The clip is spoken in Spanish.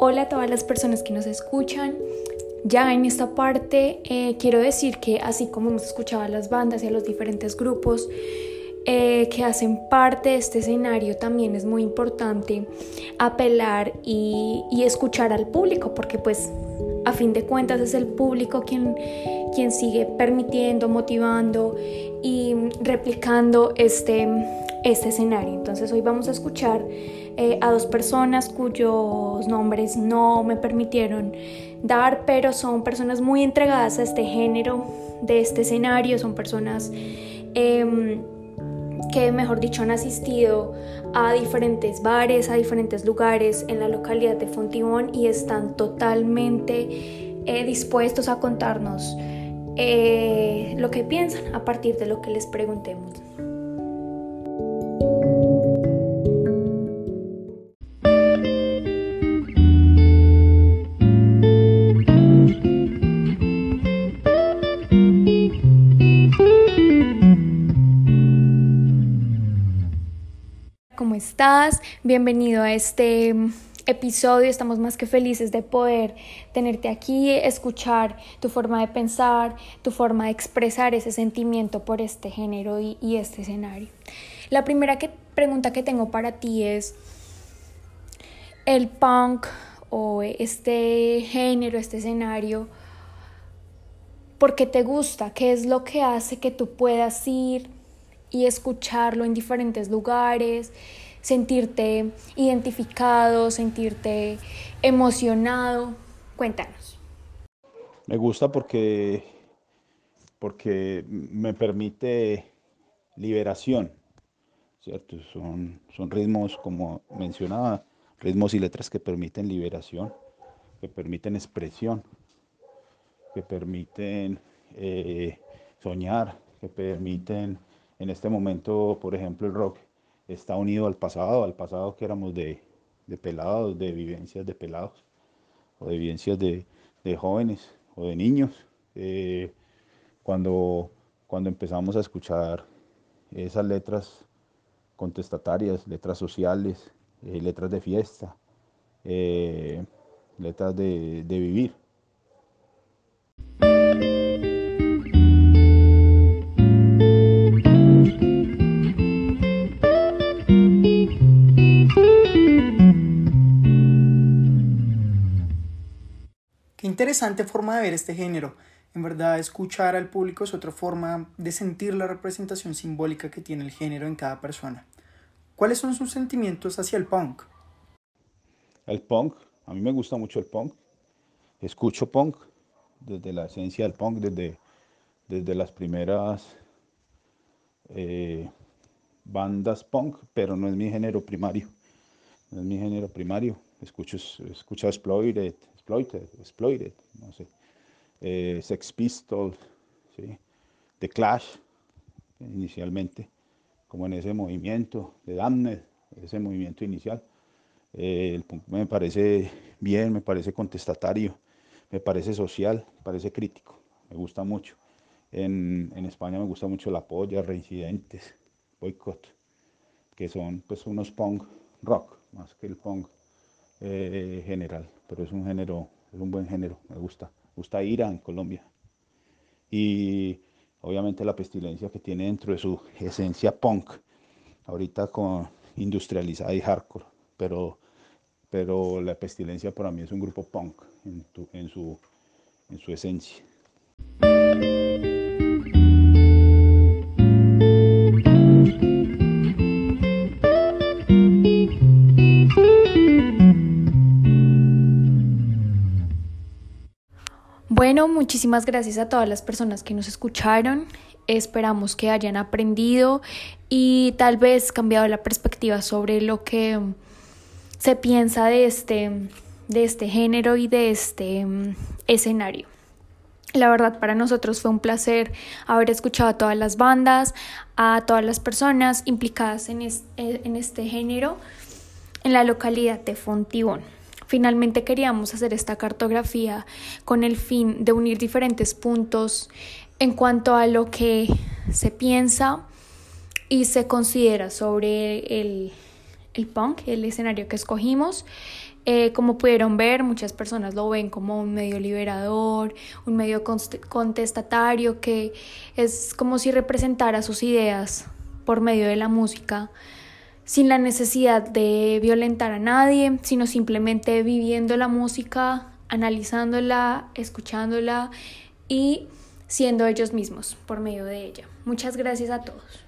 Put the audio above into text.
Hola a todas las personas que nos escuchan. Ya en esta parte quiero decir que así como hemos escuchado a las bandas y a los diferentes grupos que hacen parte de este escenario, también es muy importante apelar y escuchar al público, porque pues a fin de cuentas es el público quien sigue permitiendo, motivando y replicando este escenario. Entonces hoy vamos a escuchar a dos personas cuyos nombres no me permitieron dar, pero son personas muy entregadas a este género, de este escenario. Son personas que, mejor dicho, han asistido a diferentes bares, a diferentes lugares en la localidad de Fontibón y están totalmente dispuestos a contarnos lo que piensan a partir de lo que les preguntemos. ¿Cómo estás? Bienvenido a este episodio. Estamos más que felices de poder tenerte aquí, escuchar tu forma de pensar, tu forma de expresar ese sentimiento por este género y este escenario. La primera pregunta que tengo para ti es: ¿el punk o este género, este escenario, por qué te gusta? ¿Qué es lo que hace que tú puedas ir y escucharlo en diferentes lugares, sentirte identificado, sentirte emocionado? Cuéntanos. Me gusta porque me permite liberación, ¿cierto? Son ritmos, como mencionaba, ritmos y letras que permiten liberación, que permiten expresión, que permiten soñar, que permiten, en este momento, por ejemplo, el rock está unido al pasado que éramos de pelados, de vivencias de pelados, o de vivencias de jóvenes o de niños. Eh, cuando empezamos a escuchar esas letras contestatarias, letras sociales, letras de fiesta, eh, letras de vivir. Qué interesante forma de ver este género. En verdad, escuchar al público es otra forma de sentir la representación simbólica que tiene el género en cada persona. ¿Cuáles son sus sentimientos hacia el punk? El punk, a mí me gusta mucho el punk. Escucho punk desde la esencia del punk, desde las primeras bandas punk, pero no es mi género primario. No es mi género primario. Escucho Exploited, no sé. Sex Pistols, ¿sí? The Clash, inicialmente, como en ese movimiento de Damned, ese movimiento inicial. El punk me parece bien, me parece contestatario, me parece social, me parece crítico, me gusta mucho. En España me gusta mucho La Polla, Reincidentes, Boycott, que son pues unos punk rock, más que el punk general, pero es un género, es un buen género, me gusta Ira en Colombia. Y obviamente la Pestilencia, que tiene dentro de su esencia punk, ahorita con industrializada y hardcore, pero la Pestilencia para mí es un grupo punk en su esencia. Bueno, muchísimas gracias a todas las personas que nos escucharon. Esperamos que hayan aprendido y tal vez cambiado la perspectiva sobre lo que se piensa de este género y de este escenario. La verdad, para nosotros fue un placer haber escuchado a todas las bandas, a todas las personas implicadas en este género en la localidad de Fontibón. Finalmente queríamos hacer esta cartografía con el fin de unir diferentes puntos en cuanto a lo que se piensa y se considera sobre el punk, el escenario que escogimos. Como pudieron ver, muchas personas lo ven como un medio liberador, un medio contestatario, que es como si representara sus ideas por medio de la música, sin la necesidad de violentar a nadie, sino simplemente viviendo la música, analizándola, escuchándola y siendo ellos mismos por medio de ella. Muchas gracias a todos.